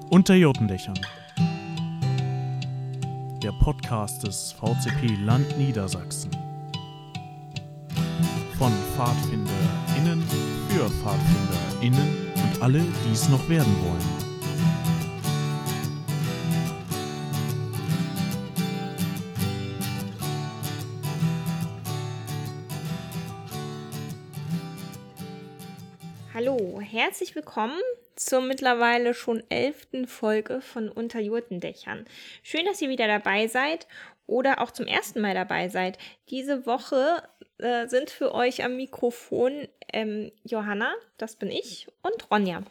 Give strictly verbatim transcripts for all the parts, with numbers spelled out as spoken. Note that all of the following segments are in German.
Unter Jotendächern. Der Podcast des V C P Land Niedersachsen. Von PfadfinderInnen für PfadfinderInnen und alle, die es noch werden wollen. Hallo, herzlich willkommen zur mittlerweile schon elften Folge von Unter Jotendächern. Schön, dass ihr wieder dabei seid oder auch zum ersten Mal dabei seid. Diese Woche äh, sind für euch am Mikrofon ähm, Johanna, das bin ich, und Ronja.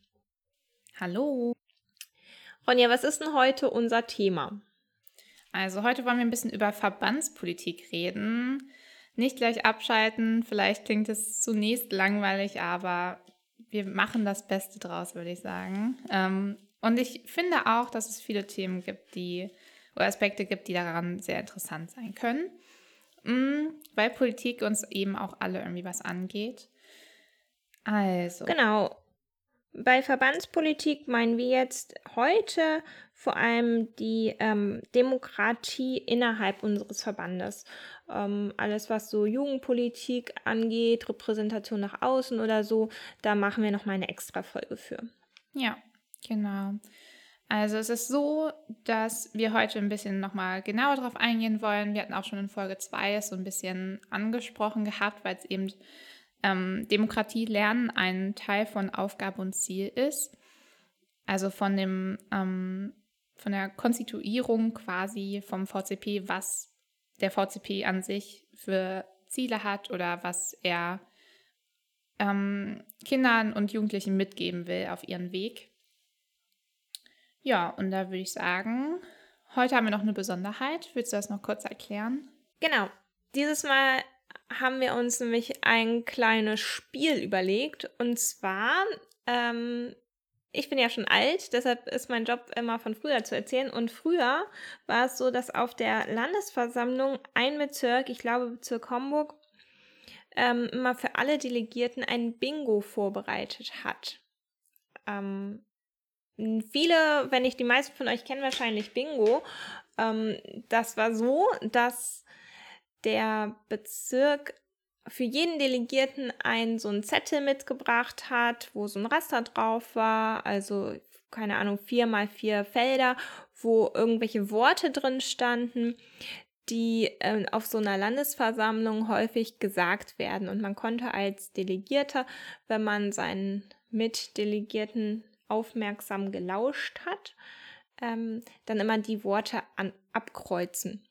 Hallo. Ronja, was ist denn heute unser Thema? Also heute wollen wir ein bisschen über Verbandspolitik reden. Nicht gleich abschalten, vielleicht klingt es zunächst langweilig, aber wir machen das Beste draus, würde ich sagen. Ähm, und ich finde auch, dass es viele Themen gibt, die oder Aspekte gibt, die daran sehr interessant sein können, mh, weil Politik uns eben auch alle irgendwie was angeht. Also. Genau. Bei Verbandspolitik meinen wir jetzt heute vor allem die ähm, Demokratie innerhalb unseres Verbandes. Ähm, alles, was so Jugendpolitik angeht, Repräsentation nach außen oder so, da machen wir nochmal eine extra Folge für. Ja, genau. Also es ist so, dass wir heute ein bisschen nochmal genauer drauf eingehen wollen. Wir hatten auch schon in Folge zwei es so ein bisschen angesprochen gehabt, weil es eben ähm, Demokratie lernen ein Teil von Aufgabe und Ziel ist. Also von dem ähm, von der Konstituierung quasi vom V C P, was der V C P an sich für Ziele hat oder was er ähm, Kindern und Jugendlichen mitgeben will auf ihren Weg. Ja, und da würde ich sagen, heute haben wir noch eine Besonderheit. Willst du das noch kurz erklären? Genau. Dieses Mal haben wir uns nämlich ein kleines Spiel überlegt. Und zwar, ähm, ich bin ja schon alt, deshalb ist mein Job immer von früher zu erzählen. Und früher war es so, dass auf der Landesversammlung ein Bezirk, ich glaube Bezirk Homburg, ähm, immer für alle Delegierten ein Bingo vorbereitet hat. Ähm, viele, wenn nicht die meisten von euch kennen wahrscheinlich Bingo. Ähm, das war so, dass der Bezirk für jeden Delegierten einen so einen Zettel mitgebracht hat, wo so ein Raster drauf war, also keine Ahnung, vier mal vier Felder, wo irgendwelche Worte drin standen, die äh, auf so einer Landesversammlung häufig gesagt werden. Und man konnte als Delegierter, wenn man seinen Mitdelegierten aufmerksam gelauscht hat, ähm, dann immer die Worte an, abkreuzen.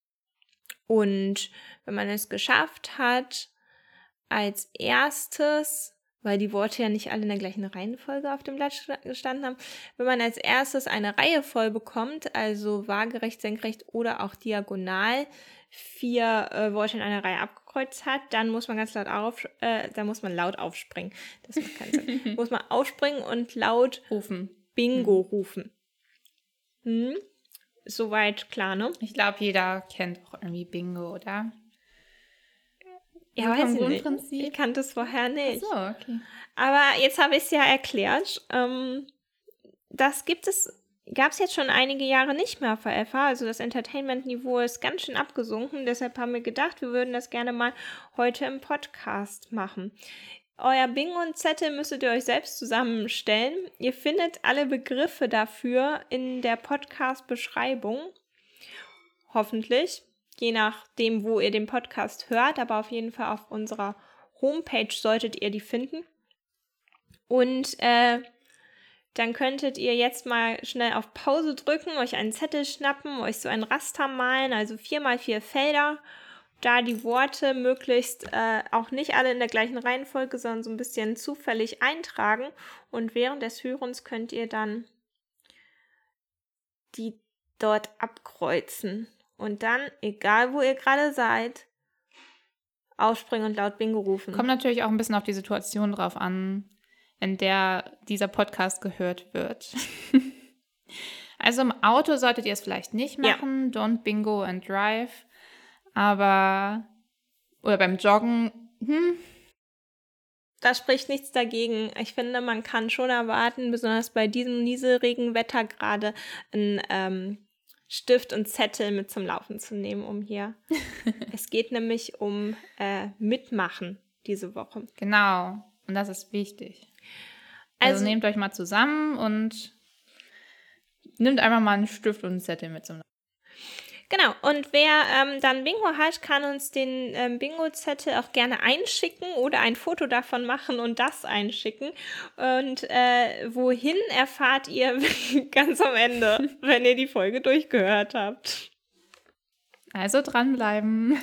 Und wenn man es geschafft hat, als erstes, weil die Worte ja nicht alle in der gleichen Reihenfolge auf dem Blatt gestanden haben, wenn man als erstes eine Reihe voll bekommt, also waagerecht, senkrecht oder auch diagonal vier äh, Worte in einer Reihe abgekreuzt hat, dann muss man ganz laut auf, äh, da muss man laut aufspringen. Das macht keinen Sinn. Muss man aufspringen und laut rufen. Bingo hm. rufen. Hm? Soweit klar, ne? Ich glaube, jeder kennt auch irgendwie Bingo, oder? Ja, so weiß vom ich Grundprinzip? nicht. Ich kannte es vorher nicht. Ach so, okay. Aber jetzt habe ich es ja erklärt. Ähm, das gibt es, gab es jetzt schon einige Jahre nicht mehr auf der F H. Also das Entertainment-Niveau ist ganz schön abgesunken. Deshalb haben wir gedacht, wir würden das gerne mal heute im Podcast machen. Euer Bingo-Zettel müsstet ihr euch selbst zusammenstellen. Ihr findet alle Begriffe dafür in der Podcast-Beschreibung. Hoffentlich. Je nachdem, wo ihr den Podcast hört, aber auf jeden Fall auf unserer Homepage solltet ihr die finden. Und äh, dann könntet ihr jetzt mal schnell auf Pause drücken, euch einen Zettel schnappen, euch so ein Raster malen, also vier mal vier Felder, da die Worte möglichst äh, auch nicht alle in der gleichen Reihenfolge, sondern so ein bisschen zufällig eintragen. Und während des Hörens könnt ihr dann die dort abkreuzen. Und dann, egal wo ihr gerade seid, aufspringen und laut Bingo rufen. Kommt natürlich auch ein bisschen auf die Situation drauf an, in der dieser Podcast gehört wird. Also im Auto solltet ihr es vielleicht nicht machen. Ja. Don't bingo and drive. Aber, oder beim Joggen, hm. da spricht nichts dagegen. Ich finde, man kann schon erwarten, besonders bei diesem Nieselregenwetter gerade, einen ähm, Stift und Zettel mit zum Laufen zu nehmen, um hier. Es geht nämlich um äh, Mitmachen diese Woche. Genau, und das ist wichtig. Also, also nehmt euch mal zusammen und nehmt einfach mal einen Stift und einen Zettel mit zum Laufen. Genau, und wer ähm, dann Bingo hat, kann uns den ähm, Bingo-Zettel auch gerne einschicken oder ein Foto davon machen und das einschicken. Und äh, wohin erfahrt ihr ganz am Ende, wenn ihr die Folge durchgehört habt. Also dranbleiben.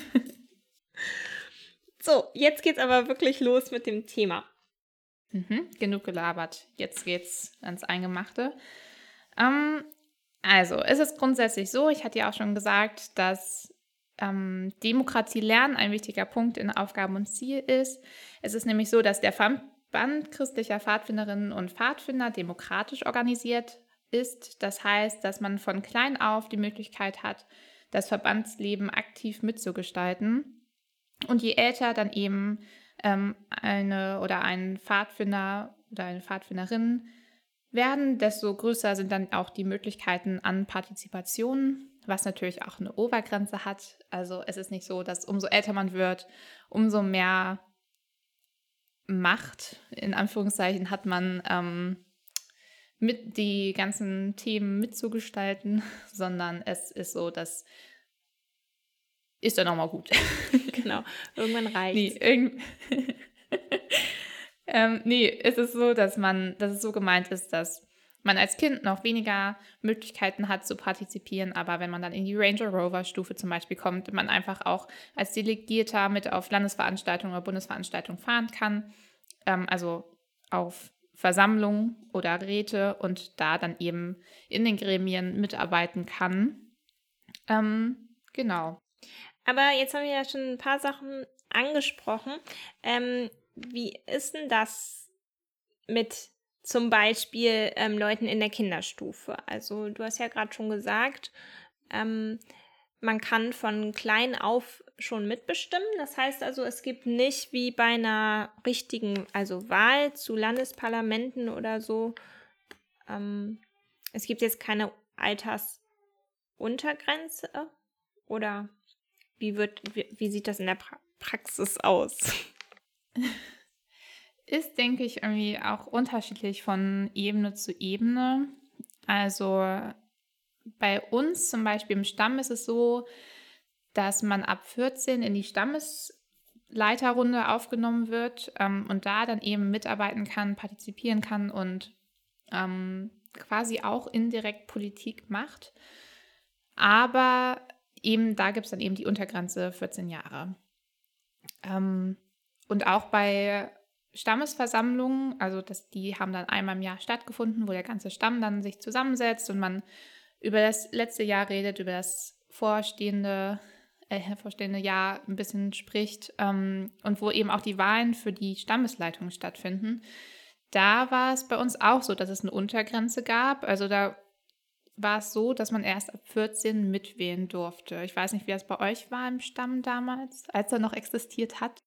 So, jetzt geht's aber wirklich los mit dem Thema. Mhm, genug gelabert. Jetzt geht's ans Eingemachte. Ähm, Also, es ist grundsätzlich so, ich hatte ja auch schon gesagt, dass ähm, Demokratie lernen ein wichtiger Punkt in Aufgaben und Ziel ist. Es ist nämlich so, dass der Verband christlicher Pfadfinderinnen und Pfadfinder demokratisch organisiert ist. Das heißt, dass man von klein auf die Möglichkeit hat, das Verbandsleben aktiv mitzugestalten. Und je älter dann eben ähm, eine oder ein Pfadfinder oder eine Pfadfinderin werden, desto größer sind dann auch die Möglichkeiten an Partizipation, was natürlich auch eine Obergrenze hat. Also es ist nicht so, dass umso älter man wird, umso mehr Macht, in Anführungszeichen, hat man, ähm, mit die ganzen Themen mitzugestalten, sondern es ist so, dass ist dann auch mal gut. Genau, irgendwann reicht nee, irgend ähm, nee, es ist so, dass man, dass es so gemeint ist, dass man als Kind noch weniger Möglichkeiten hat zu partizipieren, aber wenn man dann in die Ranger Rover Stufe zum Beispiel kommt, man einfach auch als Delegierter mit auf Landesveranstaltungen oder Bundesveranstaltungen fahren kann, ähm, also auf Versammlungen oder Räte und da dann eben in den Gremien mitarbeiten kann. Ähm, genau. Aber jetzt haben wir ja schon ein paar Sachen angesprochen. Ähm, wie ist denn das mit zum Beispiel ähm, Leuten in der Kinderstufe? Also du hast ja gerade schon gesagt, ähm, man kann von klein auf schon mitbestimmen. Das heißt also, es gibt nicht wie bei einer richtigen, also Wahl zu Landesparlamenten oder so, ähm, es gibt jetzt keine Altersuntergrenze oder wie wird, wie, wie sieht das in der pra- Praxis aus? Ist, denke ich, irgendwie auch unterschiedlich von Ebene zu Ebene. Also bei uns zum Beispiel im Stamm ist es so, dass man ab vierzehn in die Stammesleiterrunde aufgenommen wird ähm, und da dann eben mitarbeiten kann, partizipieren kann und ähm, quasi auch indirekt Politik macht. Aber eben da gibt es dann eben die Untergrenze vierzehn Jahre. Ähm, und auch bei Stammesversammlungen, also das, die haben dann einmal im Jahr stattgefunden, wo der ganze Stamm dann sich zusammensetzt und man über das letzte Jahr redet, über das vorstehende, äh, vorstehende Jahr ein bisschen spricht ähm, und wo eben auch die Wahlen für die Stammesleitung stattfinden. Da war es bei uns auch so, dass es eine Untergrenze gab. Also da war es so, dass man erst ab vierzehn mitwählen durfte. Ich weiß nicht, wie das bei euch war im Stamm damals, als er noch existiert hat.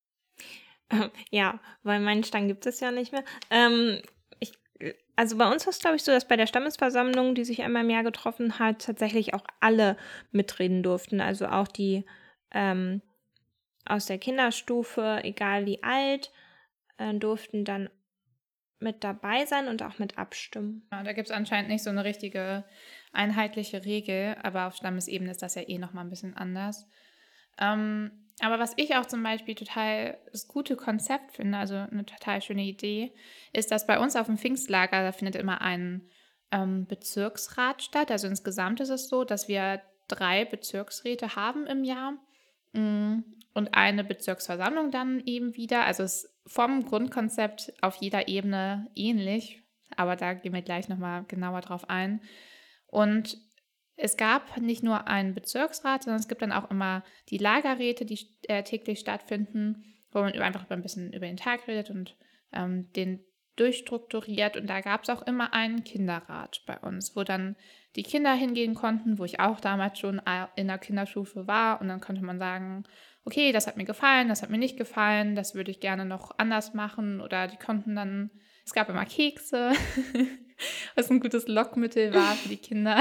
Ja, weil meinen Stamm gibt es ja nicht mehr. Ähm, ich, also bei uns war es, glaube ich, so, dass bei der Stammesversammlung, die sich einmal im Jahr getroffen hat, tatsächlich auch alle mitreden durften. Also auch die ähm, aus der Kinderstufe, egal wie alt, äh, durften dann mit dabei sein und auch mit abstimmen. Ja, da gibt es anscheinend nicht so eine richtige einheitliche Regel, aber auf Stammesebene ist das ja eh nochmal ein bisschen anders. Ähm, aber was ich auch zum Beispiel total das gute Konzept finde, also eine total schöne Idee, ist, dass bei uns auf dem Pfingstlager, da findet immer ein ähm, Bezirksrat statt. Also insgesamt ist es so, dass wir drei Bezirksräte haben im Jahr und eine Bezirksversammlung dann eben wieder. Also es ist vom Grundkonzept auf jeder Ebene ähnlich, aber da gehen wir gleich nochmal genauer drauf ein. Und es gab nicht nur einen Bezirksrat, sondern es gibt dann auch immer die Lagerräte, die äh, täglich stattfinden, wo man einfach ein bisschen über den Tag redet und ähm, den durchstrukturiert. Und da gab es auch immer einen Kinderrat bei uns, wo dann die Kinder hingehen konnten, wo ich auch damals schon in der Kinderstufe war. Und dann konnte man sagen, okay, das hat mir gefallen, das hat mir nicht gefallen, das würde ich gerne noch anders machen. Oder die konnten dann, es gab immer Kekse, was ein gutes Lockmittel war für die Kinder.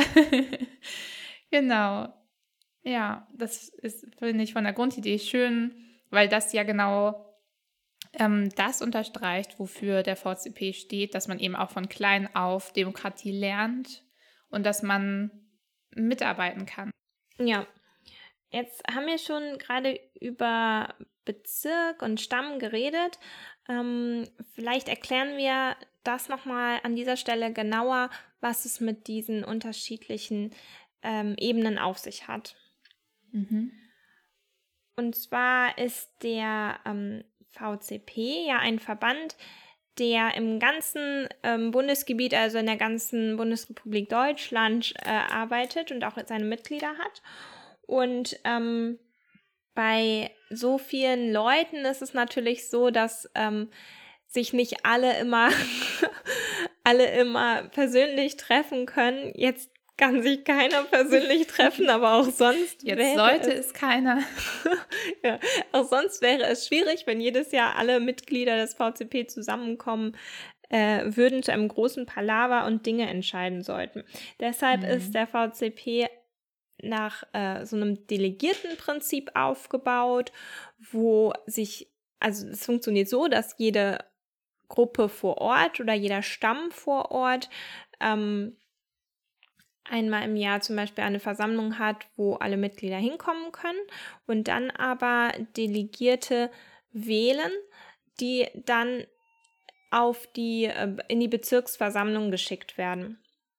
Genau. Ja, das ist, finde ich, von der Grundidee schön, weil das ja genau ähm, das unterstreicht, wofür der V C P steht, dass man eben auch von klein auf Demokratie lernt und dass man mitarbeiten kann. Ja, jetzt haben wir schon gerade über Bezirk und Stamm geredet. Ähm, vielleicht erklären wir das nochmal an dieser Stelle genauer, was es mit diesen unterschiedlichen ähm, Ebenen auf sich hat. Mhm. Und zwar ist der ähm, V C P ja ein Verband, der im ganzen ähm, Bundesgebiet, also in der ganzen Bundesrepublik Deutschland äh, arbeitet und auch seine Mitglieder hat. Und ähm, bei so vielen Leuten ist es natürlich so, dass ähm, sich nicht alle immer, alle immer persönlich treffen können. Jetzt kann sich keiner persönlich treffen, aber auch sonst Jetzt wäre sollte es, es keiner. ja, auch sonst wäre es schwierig, wenn jedes Jahr alle Mitglieder des V C P zusammenkommen äh, würden zu einem großen Palaver und Dinge entscheiden sollten. Deshalb Mhm. ist der V C P nach äh, so einem Delegiertenprinzip aufgebaut, wo sich, also es funktioniert so, dass jede Gruppe vor Ort oder jeder Stamm vor Ort ähm, einmal im Jahr zum Beispiel eine Versammlung hat, wo alle Mitglieder hinkommen können und dann aber Delegierte wählen, die dann auf die, äh, in die Bezirksversammlung geschickt werden.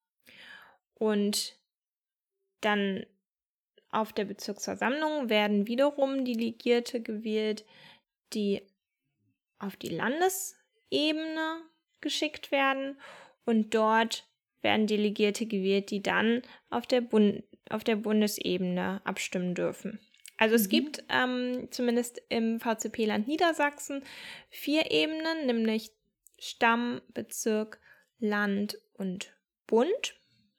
Und dann auf der Bezirksversammlung werden wiederum Delegierte gewählt, die auf die Landesebene geschickt werden und dort werden Delegierte gewählt, die dann auf der, Bund- auf der Bundesebene abstimmen dürfen. Also es Mhm. gibt ähm, zumindest im V C P-Land Niedersachsen vier Ebenen, nämlich Stamm, Bezirk, Land und Bund.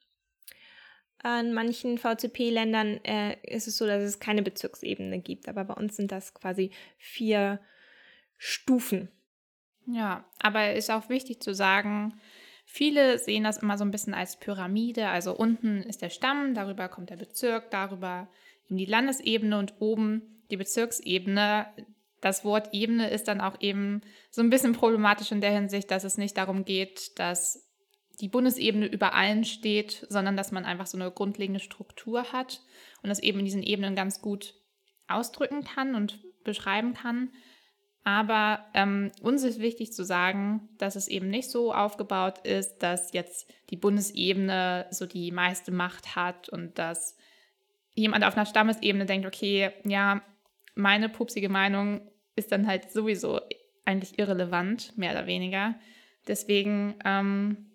In manchen V C P-Ländern äh, ist es so, dass es keine Bezirksebene gibt, aber bei uns sind das quasi vier Stufen. Ja, aber ist auch wichtig zu sagen, viele sehen das immer so ein bisschen als Pyramide. Also unten ist der Stamm, darüber kommt der Bezirk, darüber eben die Landesebene und oben die Bezirksebene. Das Wort Ebene ist dann auch eben so ein bisschen problematisch in der Hinsicht, dass es nicht darum geht, dass die Bundesebene über allen steht, sondern dass man einfach so eine grundlegende Struktur hat und das eben in diesen Ebenen ganz gut ausdrücken kann und beschreiben kann. Aber ähm, uns ist wichtig zu sagen, dass es eben nicht so aufgebaut ist, dass jetzt die Bundesebene so die meiste Macht hat und dass jemand auf einer Stammesebene denkt, okay, ja, meine pupsige Meinung ist dann halt sowieso eigentlich irrelevant, mehr oder weniger. Deswegen ähm,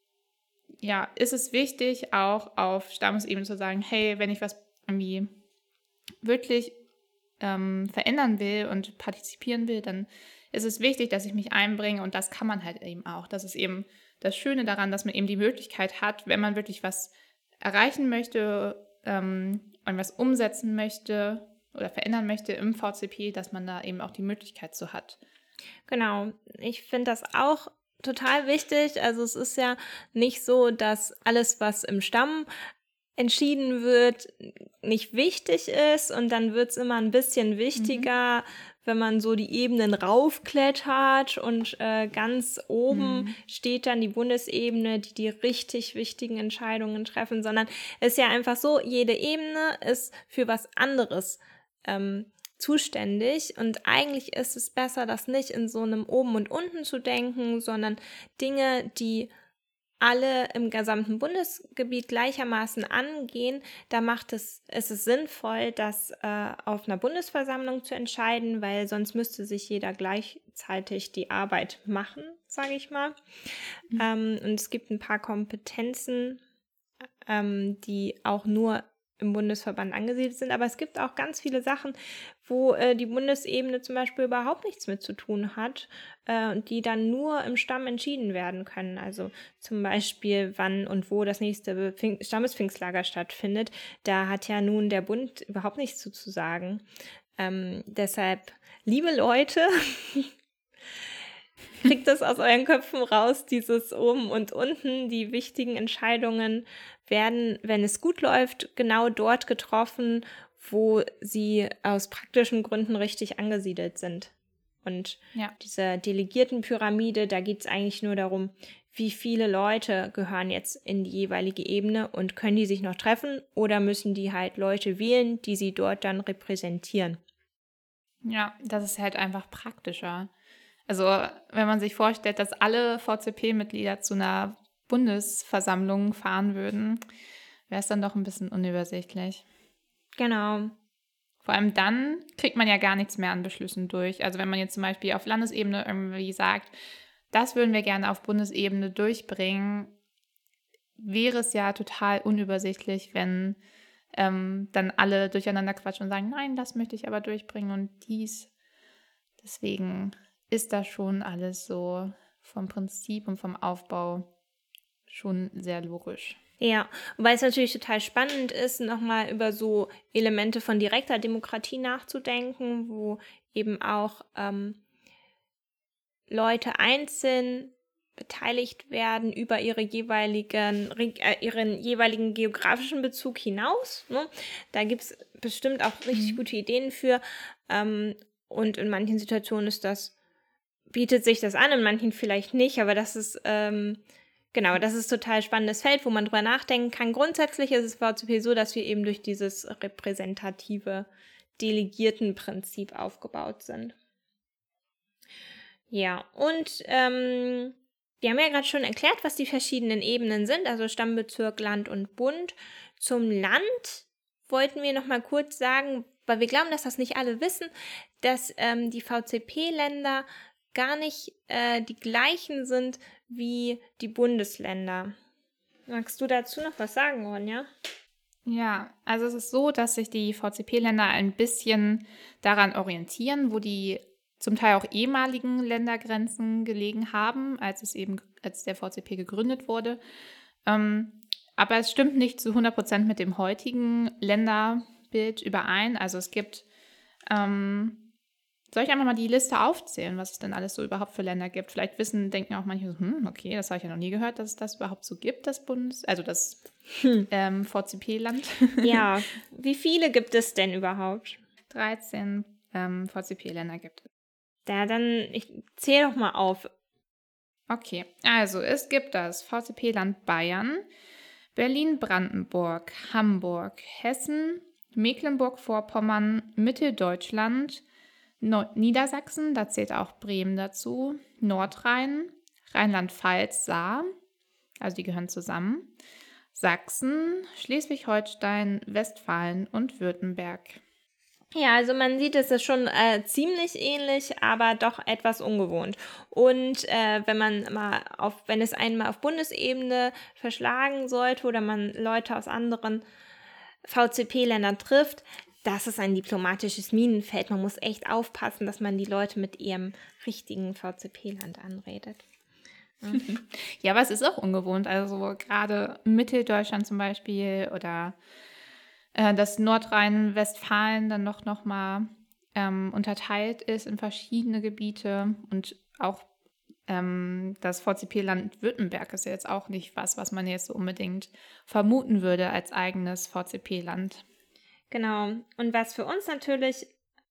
ja, ist es wichtig, auch auf Stammesebene zu sagen, hey, wenn ich was irgendwie wirklich ähm, verändern will und partizipieren will, dann ist es wichtig, dass ich mich einbringe und das kann man halt eben auch. Das ist eben das Schöne daran, dass man eben die Möglichkeit hat, wenn man wirklich was erreichen möchte, ähm, und was umsetzen möchte oder verändern möchte im V C P, dass man da eben auch die Möglichkeit so hat. Genau, ich finde das auch total wichtig. Also es ist ja nicht so, dass alles, was im Stamm entschieden wird, nicht wichtig ist und dann wird es immer ein bisschen wichtiger, mhm. wenn man so die Ebenen raufklettert und äh, ganz oben mhm. steht dann die Bundesebene, die die richtig wichtigen Entscheidungen treffen, sondern es ist ja einfach so, jede Ebene ist für was anderes ähm, zuständig und eigentlich ist es besser, das nicht in so einem Oben und Unten zu denken, sondern Dinge, die alle im gesamten Bundesgebiet gleichermaßen angehen, da macht es, ist es sinnvoll, das äh, auf einer Bundesversammlung zu entscheiden, weil sonst müsste sich jeder gleichzeitig die Arbeit machen, sage ich mal. Mhm. Ähm, und es gibt ein paar Kompetenzen, ähm, die auch nur im Bundesverband angesiedelt sind, aber es gibt auch ganz viele Sachen, wo äh, die Bundesebene zum Beispiel überhaupt nichts mit zu tun hat äh, und die dann nur im Stamm entschieden werden können. Also zum Beispiel, wann und wo das nächste Pfing- Stammespfingstlager stattfindet. Da hat ja nun der Bund überhaupt nichts zu, zu sagen. Ähm, deshalb, liebe Leute, kriegt das aus euren Köpfen raus, dieses oben und unten. Die wichtigen Entscheidungen werden, wenn es gut läuft, genau dort getroffen, wo sie aus praktischen Gründen richtig angesiedelt sind. Und Ja. diese Delegiertenpyramide, da geht es eigentlich nur darum, wie viele Leute gehören jetzt in die jeweilige Ebene und können die sich noch treffen oder müssen die halt Leute wählen, die sie dort dann repräsentieren. Ja, das ist halt einfach praktischer. Also wenn man sich vorstellt, dass alle V Z P-Mitglieder zu einer Bundesversammlung fahren würden, wäre es dann doch ein bisschen unübersichtlich. Genau. Vor allem dann kriegt man ja gar nichts mehr an Beschlüssen durch. Also wenn man jetzt zum Beispiel auf Landesebene irgendwie sagt, das würden wir gerne auf Bundesebene durchbringen, wäre es ja total unübersichtlich, wenn ähm, dann alle durcheinander quatschen und sagen, nein, das möchte ich aber durchbringen und dies. Deswegen ist das schon alles so vom Prinzip und vom Aufbau schon sehr logisch. Ja, wobei es natürlich total spannend ist, nochmal über so Elemente von direkter Demokratie nachzudenken, wo eben auch ähm, Leute einzeln beteiligt werden über ihre jeweiligen, äh, ihren jeweiligen geografischen Bezug hinaus. Ne? Da gibt es bestimmt auch richtig Mhm. gute Ideen für. Ähm, und in manchen Situationen ist das, bietet sich das an, in manchen vielleicht nicht, aber das ist, ähm, genau, das ist total spannendes Feld, wo man drüber nachdenken kann. Grundsätzlich ist es V Z P so, dass wir eben durch dieses repräsentative Delegiertenprinzip aufgebaut sind. Ja, und ähm, wir haben ja gerade schon erklärt, was die verschiedenen Ebenen sind, also Stammbezirk, Land und Bund. Zum Land wollten wir noch mal kurz sagen, weil wir glauben, dass das nicht alle wissen, dass ähm, die V Z P-Länder gar nicht äh, die gleichen sind wie die Bundesländer. Magst du dazu noch was sagen, Ronja? Ja, also es ist so, dass sich die V Z P-Länder ein bisschen daran orientieren, wo die zum Teil auch ehemaligen Ländergrenzen gelegen haben, als es eben, als der V Z P gegründet wurde. Ähm, aber es stimmt nicht zu hundert Prozent mit dem heutigen Länderbild überein. Also es gibt, ähm, soll ich einfach mal die Liste aufzählen, was es denn alles so überhaupt für Länder gibt? Vielleicht wissen, denken auch manche so, hm, okay, das habe ich ja noch nie gehört, dass es das überhaupt so gibt, das Bundes, also das hm. ähm, V Z P-Land. Ja, wie viele gibt es denn überhaupt? dreizehn ähm, V Z P-Länder gibt es. Ja, dann ich zähle doch mal auf. Okay, also es gibt das V Z P-Land Bayern, Berlin-Brandenburg, Hamburg, Hessen, Mecklenburg-Vorpommern, Mitteldeutschland, Nord- Niedersachsen, da zählt auch Bremen dazu, Nordrhein, Rheinland-Pfalz, Saar, also die gehören zusammen, Sachsen, Schleswig-Holstein, Westfalen und Württemberg. Ja, also man sieht, es ist schon äh, ziemlich ähnlich, aber doch etwas ungewohnt. Und äh, wenn man mal auf, wenn es einen mal auf Bundesebene verschlagen sollte oder man Leute aus anderen V Z P-Ländern trifft, das ist ein diplomatisches Minenfeld. Man muss echt aufpassen, dass man die Leute mit ihrem richtigen V Z P-Land anredet. Ja. Ja, aber es ist auch ungewohnt. Also gerade Mitteldeutschland zum Beispiel oder äh, dass Nordrhein-Westfalen dann noch, noch mal ähm, unterteilt ist in verschiedene Gebiete und auch ähm, das V Z P-Land Württemberg ist ja jetzt auch nicht was, was man jetzt so unbedingt vermuten würde als eigenes V Z P-Land. Genau. Und was für uns natürlich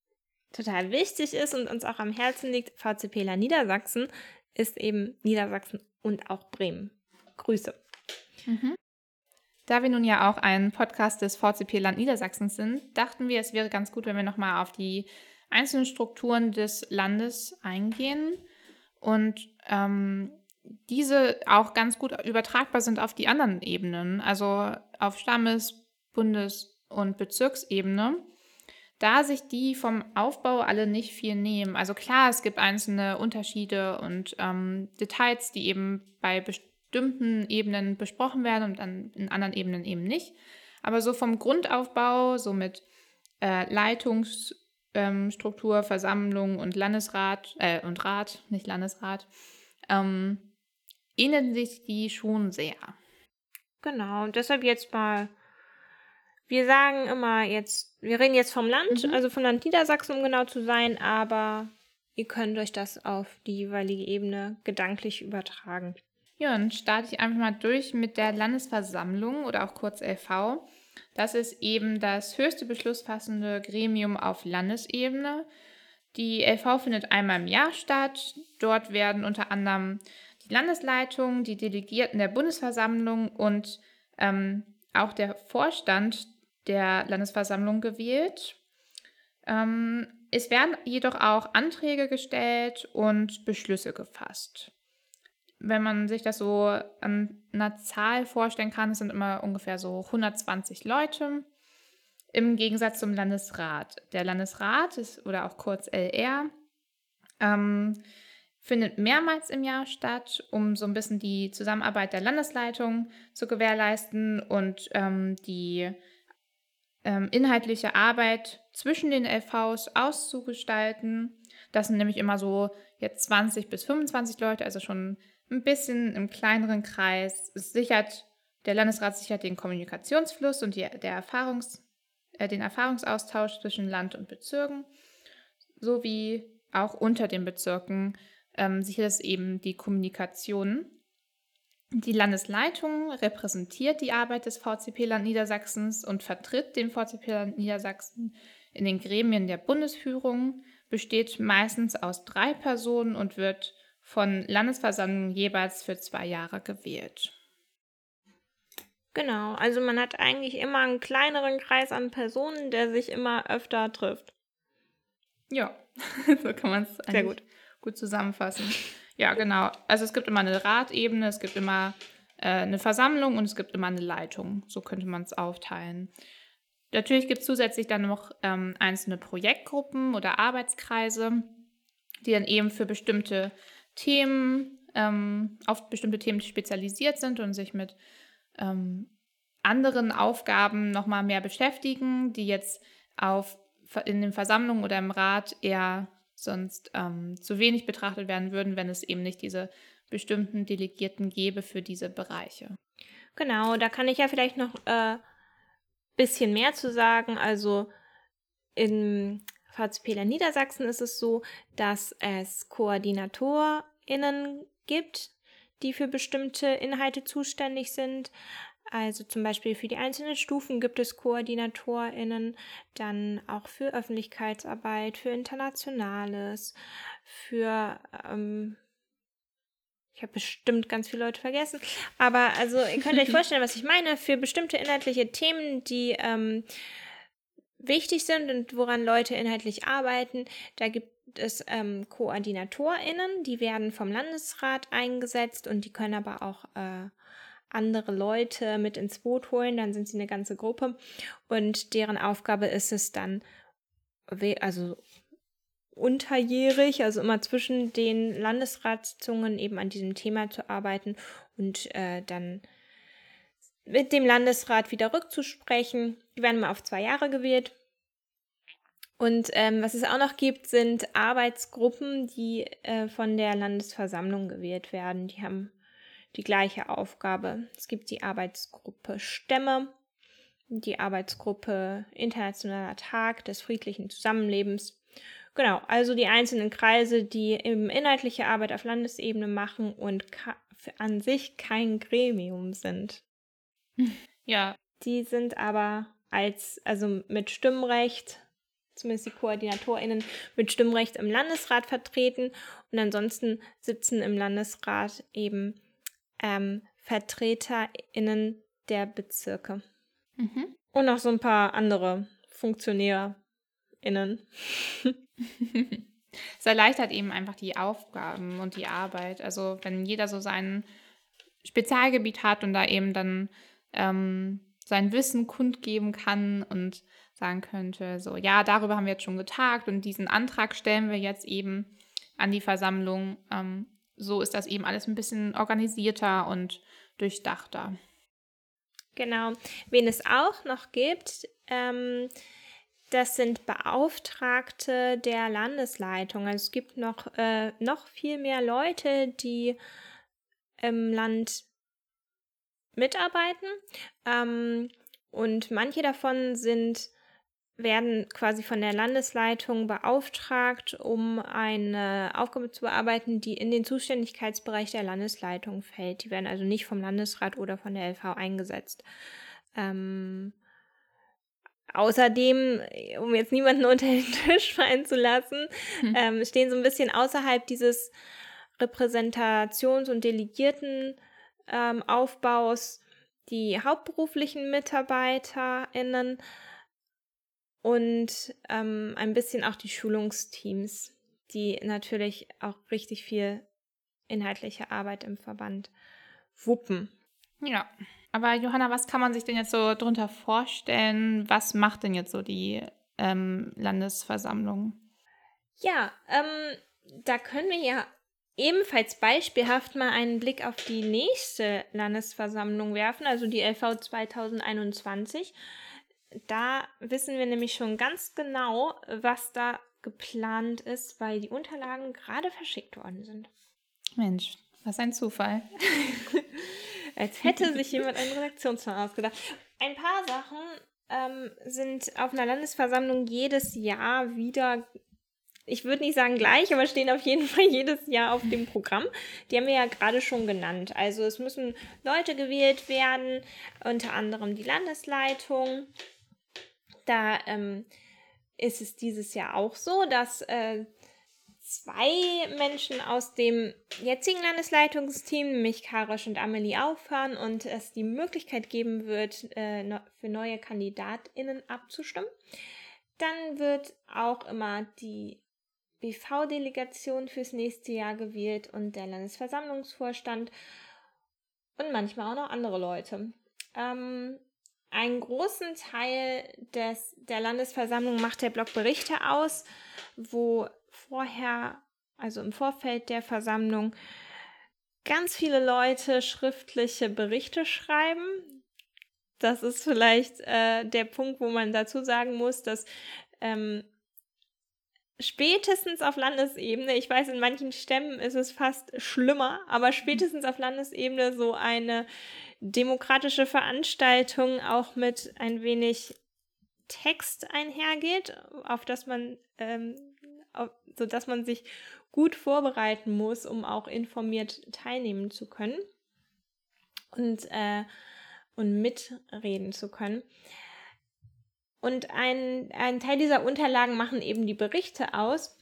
total wichtig ist und uns auch am Herzen liegt, V Z P-Land Niedersachsen, ist eben Niedersachsen und auch Bremen. Grüße. Mhm. Da wir nun ja auch ein Podcast des V Z P-Land Niedersachsen sind, dachten wir, es wäre ganz gut, wenn wir nochmal auf die einzelnen Strukturen des Landes eingehen und ähm, diese auch ganz gut übertragbar sind auf die anderen Ebenen, also auf Stammes-, Bundes- und Bezirksebene, da sich die vom Aufbau alle nicht viel nehmen. Also klar, es gibt einzelne Unterschiede und ähm, Details, die eben bei bestimmten Ebenen besprochen werden und dann in anderen Ebenen eben nicht. Aber so vom Grundaufbau, so mit äh, Leitungs- ähm, Struktur, Versammlung und Landesrat, äh, und Rat, nicht Landesrat, ähm, ähneln sich die schon sehr. Genau, und deshalb jetzt mal, wir sagen immer jetzt, wir reden jetzt vom Land, Mhm. also vom Land Niedersachsen, um genau zu sein, aber ihr könnt euch das auf die jeweilige Ebene gedanklich übertragen. Ja, dann starte ich einfach mal durch mit der Landesversammlung oder auch kurz L V. Das ist eben das höchste beschlussfassende Gremium auf Landesebene. Die L V findet einmal im Jahr statt. Dort werden unter anderem die Landesleitung, die Delegierten der Bundesversammlung und ähm, auch der Vorstand der Landesversammlung gewählt. Ähm, es werden jedoch auch Anträge gestellt und Beschlüsse gefasst. Wenn man sich das so an einer Zahl vorstellen kann, es sind immer ungefähr so hundertzwanzig Leute. Im Gegensatz zum Landesrat. Der Landesrat ist, oder auch kurz L R, ähm, findet mehrmals im Jahr statt, um so ein bisschen die Zusammenarbeit der Landesleitung zu gewährleisten und ähm, die ähm, inhaltliche Arbeit zwischen den L Vs auszugestalten. Das sind nämlich immer so jetzt zwanzig bis fünfundzwanzig Leute, also schon ein bisschen im kleineren Kreis. Es sichert, der Landesrat sichert den Kommunikationsfluss und die, der Erfahrungs, äh, den Erfahrungsaustausch zwischen Land und Bezirken, sowie auch unter den Bezirken ähm, sichert es eben die Kommunikation. Die Landesleitung repräsentiert die Arbeit des V C P Land Niedersachsens und vertritt den V C P Land Niedersachsen in den Gremien der Bundesführung, besteht meistens aus drei Personen und wird von Landesversammlungen jeweils für zwei Jahre gewählt. Genau, also man hat eigentlich immer einen kleineren Kreis an Personen, der sich immer öfter trifft. Ja, so kann man es Sehr gut. gut zusammenfassen. Ja, genau. Also es gibt immer eine Ratebene, es gibt immer äh, eine Versammlung und es gibt immer eine Leitung. So könnte man es aufteilen. Natürlich gibt es zusätzlich dann noch ähm, einzelne Projektgruppen oder Arbeitskreise, die dann eben für bestimmte Themen, ähm, auf bestimmte Themen spezialisiert sind und sich mit ähm, anderen Aufgaben nochmal mehr beschäftigen, die jetzt auf, in den Versammlungen oder im Rat eher sonst ähm, zu wenig betrachtet werden würden, wenn es eben nicht diese bestimmten Delegierten gäbe für diese Bereiche. Genau, da kann ich ja vielleicht noch ein äh, bisschen mehr zu sagen. Also im V C P Land Niedersachsen ist es so, dass es KoordinatorInnen gibt, die für bestimmte Inhalte zuständig sind. Also zum Beispiel für die einzelnen Stufen gibt es KoordinatorInnen, dann auch für Öffentlichkeitsarbeit, für Internationales, für, ähm, ich habe bestimmt ganz viele Leute vergessen, aber also ihr könnt euch vorstellen, was ich meine, für bestimmte inhaltliche Themen, die ähm, wichtig sind und woran Leute inhaltlich arbeiten, da gibt es ähm, KoordinatorInnen, die werden vom Landesrat eingesetzt und die können aber auch äh, andere Leute mit ins Boot holen, dann sind sie eine ganze Gruppe und deren Aufgabe ist es dann, also unterjährig, also immer zwischen den Landesratssitzungen eben an diesem Thema zu arbeiten und äh, dann mit dem Landesrat wieder rückzusprechen. Die werden immer auf zwei Jahre gewählt. Und ähm, was es auch noch gibt, sind Arbeitsgruppen, die äh, von der Landesversammlung gewählt werden. Die haben die gleiche Aufgabe. Es gibt die Arbeitsgruppe Stämme, die Arbeitsgruppe Internationaler Tag des friedlichen Zusammenlebens. Genau, also die einzelnen Kreise, die eben inhaltliche Arbeit auf Landesebene machen und ka- an sich kein Gremium sind. Ja. Die sind aber als, also mit Stimmrecht, zumindest die KoordinatorInnen, mit Stimmrecht im Landesrat vertreten und ansonsten sitzen im Landesrat eben ähm, VertreterInnen der Bezirke. Mhm. Und noch so ein paar andere FunktionärInnen. Es erleichtert eben einfach die Aufgaben und die Arbeit. Also wenn jeder so sein Spezialgebiet hat und da eben dann ähm, sein Wissen kundgeben kann und sagen könnte, so ja, darüber haben wir jetzt schon getagt und diesen Antrag stellen wir jetzt eben an die Versammlung. Ähm, so ist das eben alles ein bisschen organisierter und durchdachter. Genau. Wen es auch noch gibt, ähm, Das sind Beauftragte der Landesleitung. Also es gibt noch, äh, noch viel mehr Leute, die im Land mitarbeiten. Ähm, und manche davon sind, werden quasi von der Landesleitung beauftragt, um eine Aufgabe zu bearbeiten, die in den Zuständigkeitsbereich der Landesleitung fällt. Die werden also nicht vom Landesrat oder von der L V eingesetzt. Ähm, außerdem, um jetzt niemanden unter den Tisch fallen zu lassen, hm. ähm, stehen so ein bisschen außerhalb dieses Repräsentations- und Delegiertenaufbaus ähm, die hauptberuflichen MitarbeiterInnen und ähm, ein bisschen auch die Schulungsteams, die natürlich auch richtig viel inhaltliche Arbeit im Verband wuppen. Ja, aber Johanna, was kann man sich denn jetzt so drunter vorstellen? Was macht denn jetzt so die ähm, Landesversammlung? Ja, ähm, da können wir ja ebenfalls beispielhaft mal einen Blick auf die nächste Landesversammlung werfen, also die L V zwanzig einundzwanzig. Da wissen wir nämlich schon ganz genau, was da geplant ist, weil die Unterlagen gerade verschickt worden sind. Mensch, was ein Zufall. Als hätte sich jemand einen Redaktionsplan ausgedacht. Ein paar Sachen ähm, sind auf einer Landesversammlung jedes Jahr wieder, ich würde nicht sagen gleich, aber stehen auf jeden Fall jedes Jahr auf dem Programm. Die haben wir ja gerade schon genannt. Also es müssen Leute gewählt werden, unter anderem die Landesleitung. Da ähm, ist es dieses Jahr auch so, dass äh, zwei Menschen aus dem jetzigen Landesleitungsteam, nämlich Karisch und Amelie, aufhören und es die Möglichkeit geben wird, äh, no- für neue KandidatInnen abzustimmen. Dann wird auch immer die B V-Delegation fürs nächste Jahr gewählt und der Landesversammlungsvorstand und manchmal auch noch andere Leute. Ähm, einen großen Teil des, der Landesversammlung macht der Block Berichte aus, wo vorher, also im Vorfeld der Versammlung, ganz viele Leute schriftliche Berichte schreiben. Das ist vielleicht äh, der Punkt, wo man dazu sagen muss, dass ähm, spätestens auf Landesebene, ich weiß, in manchen Stämmen ist es fast schlimmer, aber spätestens auf Landesebene so eine demokratische Veranstaltung auch mit ein wenig Text einhergeht, auf das man, ähm, auf, sodass man sich gut vorbereiten muss, um auch informiert teilnehmen zu können und, äh, und mitreden zu können. Und ein, ein Teil dieser Unterlagen machen eben die Berichte aus.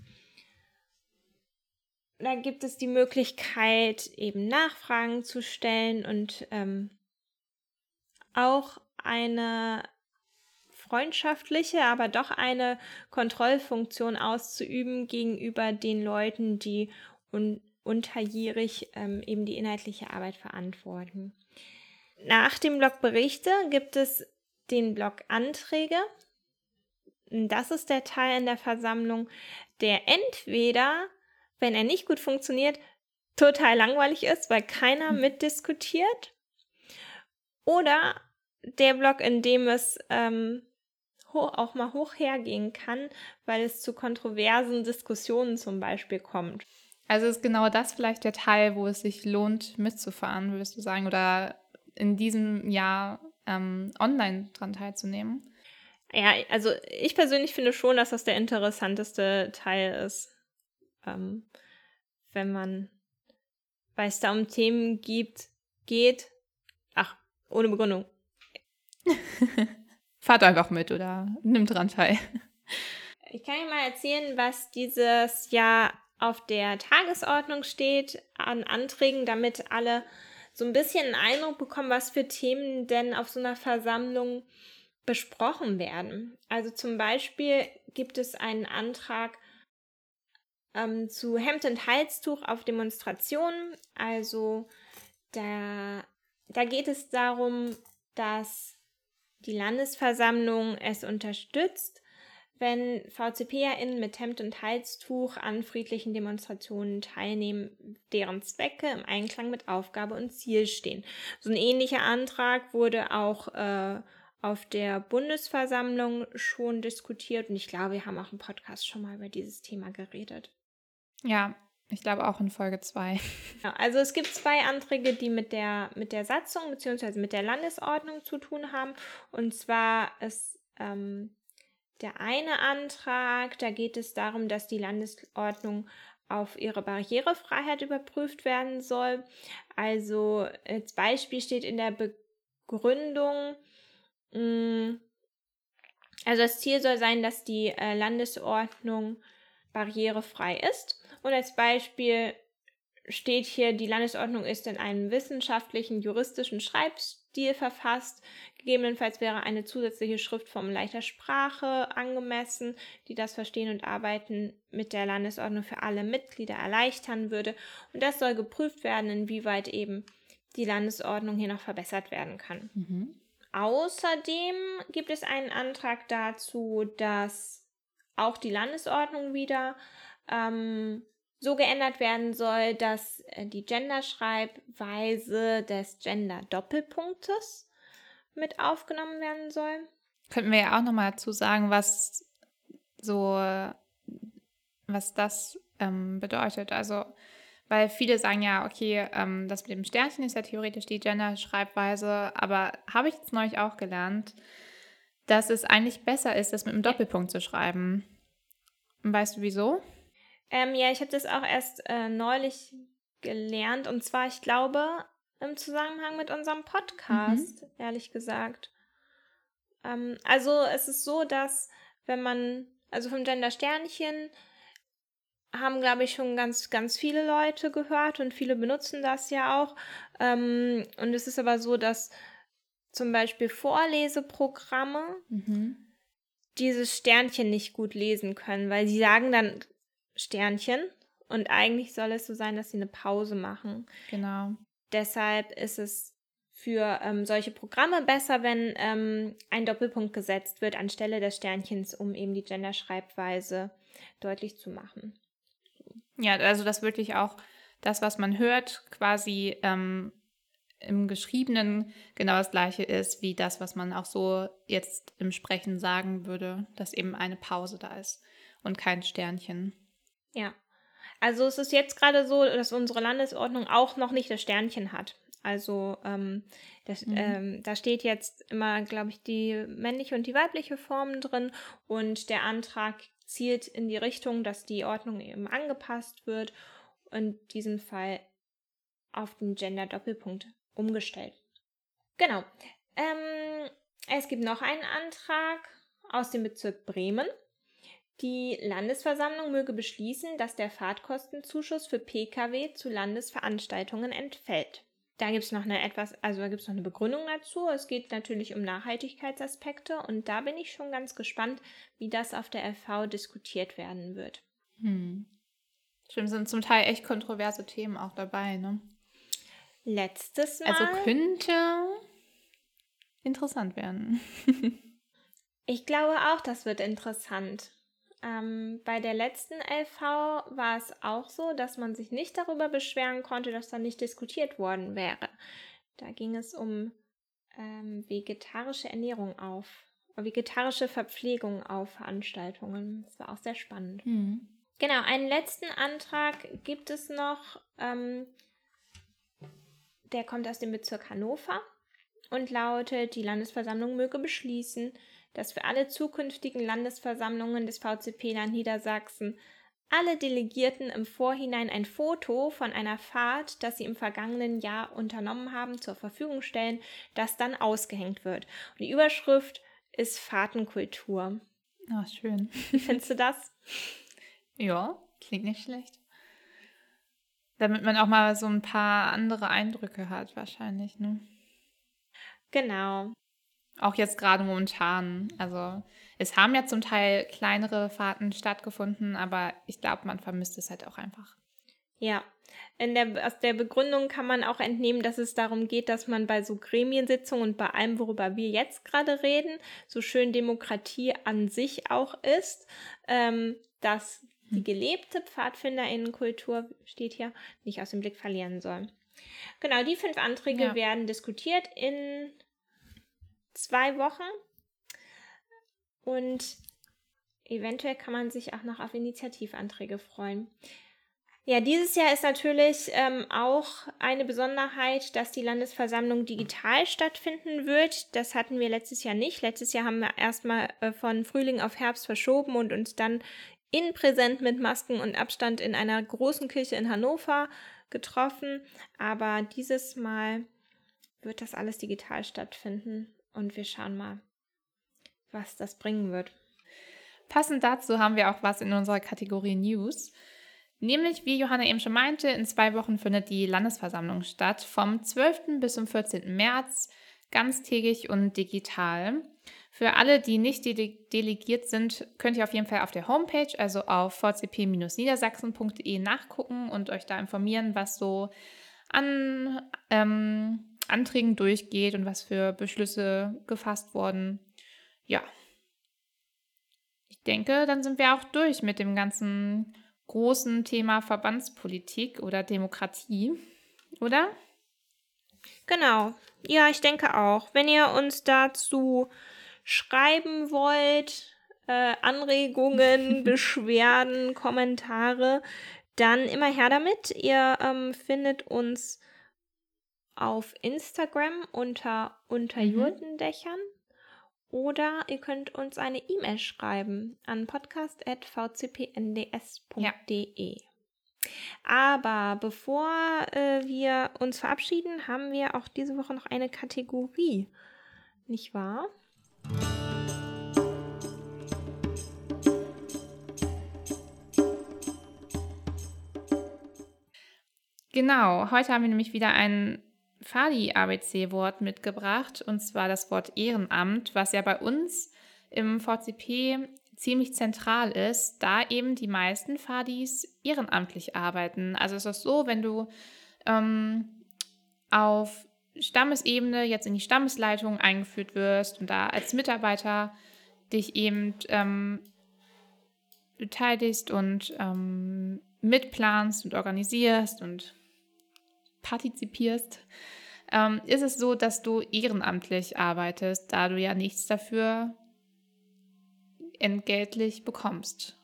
Da gibt es die Möglichkeit, eben Nachfragen zu stellen und ähm, auch eine freundschaftliche, aber doch eine Kontrollfunktion auszuüben gegenüber den Leuten, die un- unterjährig ähm, eben die inhaltliche Arbeit verantworten. Nach dem Block Berichte gibt es den Block Anträge. Das ist der Teil in der Versammlung, der entweder, wenn er nicht gut funktioniert, total langweilig ist, weil keiner mitdiskutiert, oder der Block, in dem es ähm, hoch, auch mal hoch hergehen kann, weil es zu kontroversen Diskussionen zum Beispiel kommt. Also ist genau das vielleicht der Teil, wo es sich lohnt, mitzufahren, würdest du sagen, oder in diesem Jahr ähm, online dran teilzunehmen? Ja, also ich persönlich finde schon, dass das der interessanteste Teil ist. Ähm, wenn man, weil es da um Themen gibt, geht, ach, ohne Begründung. Fahrt einfach mit oder nimmt dran teil. Ich kann Ihnen mal erzählen, was dieses Jahr auf der Tagesordnung steht an Anträgen, damit alle so ein bisschen einen Eindruck bekommen, was für Themen denn auf so einer Versammlung besprochen werden. Also zum Beispiel gibt es einen Antrag ähm, zu Hemd und Halstuch auf Demonstrationen. Also da, da geht es darum, dass die Landesversammlung es unterstützt, wenn VZPerInnen mit Hemd und Halstuch an friedlichen Demonstrationen teilnehmen, deren Zwecke im Einklang mit Aufgabe und Ziel stehen. So ein ähnlicher Antrag wurde auch äh, auf der Bundesversammlung schon diskutiert und ich glaube, wir haben auch im Podcast schon mal über dieses Thema geredet. Ja, ich glaube auch in Folge zwei. Ja, also es gibt zwei Anträge, die mit der, mit der Satzung bzw. mit der Landesordnung zu tun haben. Und zwar ist ähm, der eine Antrag, da geht es darum, dass die Landesordnung auf ihre Barrierefreiheit überprüft werden soll. Also als Beispiel steht in der Begründung, mh, also das Ziel soll sein, dass die äh, Landesordnung barrierefrei ist. Und als Beispiel steht hier, die Landesordnung ist in einem wissenschaftlichen, juristischen Schreibstil verfasst. Gegebenenfalls wäre eine zusätzliche Schriftform leichter Sprache angemessen, die das Verstehen und Arbeiten mit der Landesordnung für alle Mitglieder erleichtern würde. Und das soll geprüft werden, inwieweit eben die Landesordnung hier noch verbessert werden kann. Mhm. Außerdem gibt es einen Antrag dazu, dass auch die Landesordnung wieder ähm, so geändert werden soll, dass äh, die Genderschreibweise des Gender-Doppelpunktes mit aufgenommen werden soll. Könnten wir ja auch nochmal dazu sagen, was so, was das ähm, bedeutet. Also, weil viele sagen ja, okay, ähm, das mit dem Sternchen ist ja theoretisch die Gender-Schreibweise, aber habe ich jetzt neulich auch gelernt, dass es eigentlich besser ist, das mit einem Doppelpunkt zu schreiben. Und weißt du wieso? Ähm, ja, ich habe das auch erst äh, neulich gelernt und zwar, ich glaube, im Zusammenhang mit unserem Podcast, mhm. ehrlich gesagt. Ähm, also es ist so, dass wenn man, also vom Gender Sternchen haben, glaube ich, schon ganz, ganz viele Leute gehört und viele benutzen das ja auch. Ähm, und es ist aber so, dass zum Beispiel Vorleseprogramme mhm. dieses Sternchen nicht gut lesen können, weil sie sagen dann Sternchen und eigentlich soll es so sein, dass sie eine Pause machen. Genau. Deshalb ist es für ähm, solche Programme besser, wenn ähm, ein Doppelpunkt gesetzt wird anstelle des Sternchens, um eben die Genderschreibweise deutlich zu machen. Ja, also das wirklich auch das, was man hört, quasi ähm, im Geschriebenen genau das gleiche ist, wie das, was man auch so jetzt im Sprechen sagen würde, dass eben eine Pause da ist und kein Sternchen. Ja, also es ist jetzt gerade so, dass unsere Landesordnung auch noch nicht das Sternchen hat. Also ähm, das, mhm. ähm, da steht jetzt immer, glaube ich, die männliche und die weibliche Form drin und der Antrag zielt in die Richtung, dass die Ordnung eben angepasst wird und in diesem Fall auf den Gender-Doppelpunkt umgestellt. Genau. Ähm, es gibt noch einen Antrag aus dem Bezirk Bremen. Die Landesversammlung möge beschließen, dass der Fahrtkostenzuschuss für Pkw zu Landesveranstaltungen entfällt. Da gibt es noch eine etwas, also da gibt es noch eine Begründung dazu. Es geht natürlich um Nachhaltigkeitsaspekte und da bin ich schon ganz gespannt, wie das auf der L V diskutiert werden wird. Hm. Stimmt, sind zum Teil echt kontroverse Themen auch dabei, ne? Letztes Mal. Also könnte interessant werden. Ich glaube auch, das wird interessant. Ähm, bei der letzten L V war es auch so, dass man sich nicht darüber beschweren konnte, dass da nicht diskutiert worden wäre. Da ging es um ähm, vegetarische Ernährung auf, vegetarische Verpflegung auf Veranstaltungen. Das war auch sehr spannend. Mhm. Genau, einen letzten Antrag gibt es noch, ähm, der kommt aus dem Bezirk Hannover und lautet, die Landesversammlung möge beschließen, dass für alle zukünftigen Landesversammlungen des V C P-Land Niedersachsen alle Delegierten im Vorhinein ein Foto von einer Fahrt, das sie im vergangenen Jahr unternommen haben, zur Verfügung stellen, das dann ausgehängt wird. Und die Überschrift ist Fahrtenkultur. Ach, schön. Wie findest du das? Ja, klingt nicht schlecht. Damit man auch mal so ein paar andere Eindrücke hat, wahrscheinlich, ne? Genau. Auch jetzt gerade momentan. Also es haben ja zum Teil kleinere Fahrten stattgefunden, aber ich glaube, man vermisst es halt auch einfach. Ja, in der, aus der Begründung kann man auch entnehmen, dass es darum geht, dass man bei so Gremiensitzungen und bei allem, worüber wir jetzt gerade reden, so schön Demokratie an sich auch ist, ähm, dass die gelebte PfadfinderInnenkultur, steht hier, nicht aus dem Blick verlieren soll. Genau, die fünf Anträge ja. werden diskutiert in zwei Wochen. Und eventuell kann man sich auch noch auf Initiativanträge freuen. Ja, dieses Jahr ist natürlich ähm, auch eine Besonderheit, dass die Landesversammlung digital stattfinden wird. Das hatten wir letztes Jahr nicht. Letztes Jahr haben wir erstmal äh, von Frühling auf Herbst verschoben und uns dann in Präsent mit Masken und Abstand in einer großen Kirche in Hannover getroffen. Aber dieses Mal wird das alles digital stattfinden und wir schauen mal, was das bringen wird. Passend dazu haben wir auch was in unserer Kategorie News. Nämlich, wie Johanna eben schon meinte, in zwei Wochen findet die Landesversammlung statt, vom zwölften bis zum vierzehnten März, ganztägig und digital. Für alle, die nicht de- delegiert sind, könnt ihr auf jeden Fall auf der Homepage, also auf v c p Bindestrich niedersachsen punkt d e nachgucken und euch da informieren, was so an ähm, Anträgen durchgeht und was für Beschlüsse gefasst wurden. Ja, ich denke, dann sind wir auch durch mit dem ganzen großen Thema Verbandspolitik oder Demokratie, oder? Genau, ja, ich denke auch. Wenn ihr uns dazu schreiben wollt, äh, Anregungen, Beschwerden, Kommentare, dann immer her damit. Ihr ähm, findet uns auf Instagram unter Unterjurtendächern. Oder ihr könnt uns eine E-Mail schreiben an podcast at v c p n d s punkt d e. Ja. Aber bevor äh, wir uns verabschieden, haben wir auch diese Woche noch eine Kategorie. Nicht wahr? Genau, heute haben wir nämlich wieder ein Fadi-A B C-Wort mitgebracht, und zwar das Wort Ehrenamt, was ja bei uns im V C P ziemlich zentral ist, da eben die meisten Fadis ehrenamtlich arbeiten. Also es ist so, wenn du ähm, auf Stammesebene jetzt in die Stammesleitung eingeführt wirst und da als Mitarbeiter dich eben ähm, beteiligst und ähm, mitplanst und organisierst und partizipierst, ähm, ist es so, dass du ehrenamtlich arbeitest, da du ja nichts dafür entgeltlich bekommst.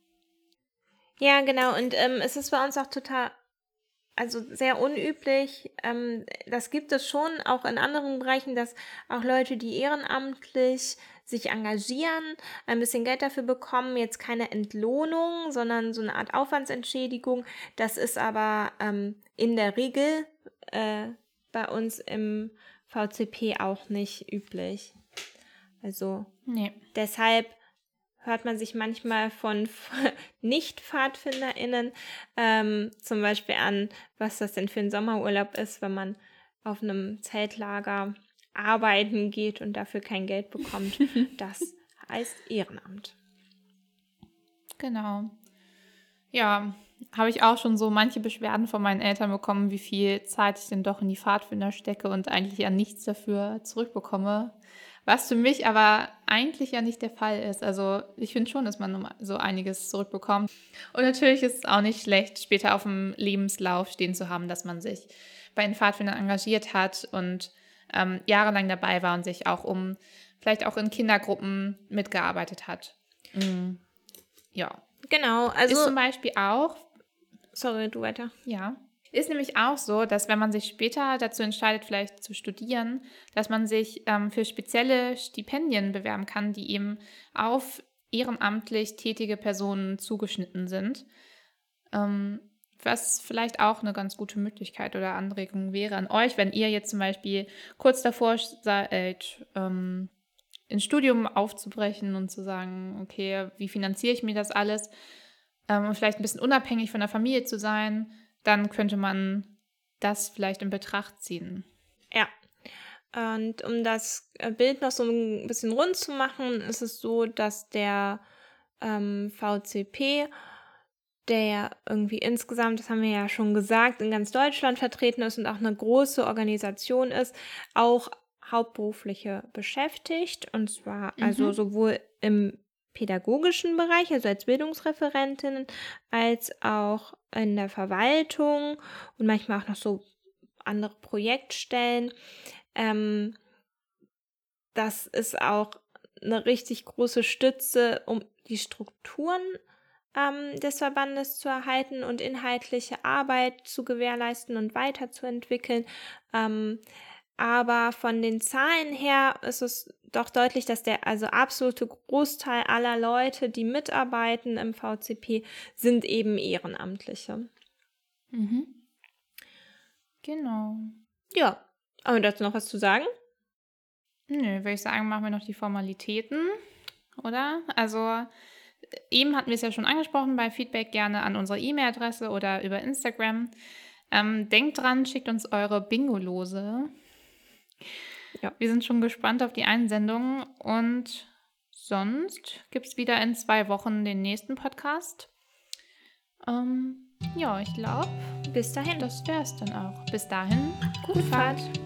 Ja, genau. Und ähm, es ist bei uns auch total, also sehr unüblich. Ähm, das gibt es schon auch in anderen Bereichen, dass auch Leute, die ehrenamtlich sich engagieren, ein bisschen Geld dafür bekommen. Jetzt keine Entlohnung, sondern so eine Art Aufwandsentschädigung. Das ist aber ähm, in der Regel äh, bei uns im V C P auch nicht üblich. Also Nee. deshalb hört man sich manchmal von Nicht-PfadfinderInnen ähm, zum Beispiel an, was das denn für ein Sommerurlaub ist, wenn man auf einem Zeltlager arbeiten geht und dafür kein Geld bekommt. Das heißt Ehrenamt. Genau. Ja, habe ich auch schon so manche Beschwerden von meinen Eltern bekommen, wie viel Zeit ich denn doch in die Pfadfinder stecke und eigentlich ja nichts dafür zurückbekomme. Was für mich aber eigentlich ja nicht der Fall ist. Also ich finde schon, dass man so einiges zurückbekommt. Und natürlich ist es auch nicht schlecht, später auf dem Lebenslauf stehen zu haben, dass man sich bei den Pfadfindern engagiert hat und ähm, jahrelang dabei war und sich auch um, vielleicht auch in Kindergruppen mitgearbeitet hat. Mhm. Ja. Genau, also... Ist zum Beispiel auch... Sorry, du weiter. Ja. Ist nämlich auch so, dass wenn man sich später dazu entscheidet, vielleicht zu studieren, dass man sich ähm, für spezielle Stipendien bewerben kann, die eben auf ehrenamtlich tätige Personen zugeschnitten sind. Ähm, was vielleicht auch eine ganz gute Möglichkeit oder Anregung wäre an euch, wenn ihr jetzt zum Beispiel kurz davor seid, ähm, ins Studium aufzubrechen und zu sagen, okay, wie finanziere ich mir das alles? Ähm, und vielleicht ein bisschen unabhängig von der Familie zu sein, dann könnte man das vielleicht in Betracht ziehen. Ja, und um das Bild noch so ein bisschen rund zu machen, ist es so, dass der ähm, V C P, der irgendwie insgesamt, das haben wir ja schon gesagt, in ganz Deutschland vertreten ist und auch eine große Organisation ist, auch Hauptberufliche beschäftigt. Und zwar mhm. also sowohl im pädagogischen Bereich, also als Bildungsreferentin, als auch in der Verwaltung und manchmal auch noch so andere Projektstellen. Ähm, das ist auch eine richtig große Stütze, um die Strukturen ähm, des Verbandes zu erhalten und inhaltliche Arbeit zu gewährleisten und weiterzuentwickeln. Ähm, aber von den Zahlen her ist es doch deutlich, dass der also absolute Großteil aller Leute, die mitarbeiten im V C P, sind eben Ehrenamtliche. Mhm. Genau. Ja, haben wir dazu noch was zu sagen? Nö, würde ich sagen, machen wir noch die Formalitäten, oder? Also eben hatten wir es ja schon angesprochen, bei Feedback gerne an unsere E-Mail-Adresse oder über Instagram. Ähm, denkt dran, schickt uns eure Bingo-Lose. Ja. Wir sind schon gespannt auf die Einsendungen und sonst gibt es wieder in zwei Wochen den nächsten Podcast. Ähm, ja, ich glaube, Bis dahin. das wäre es dann auch. Bis dahin, Gute Fahrt.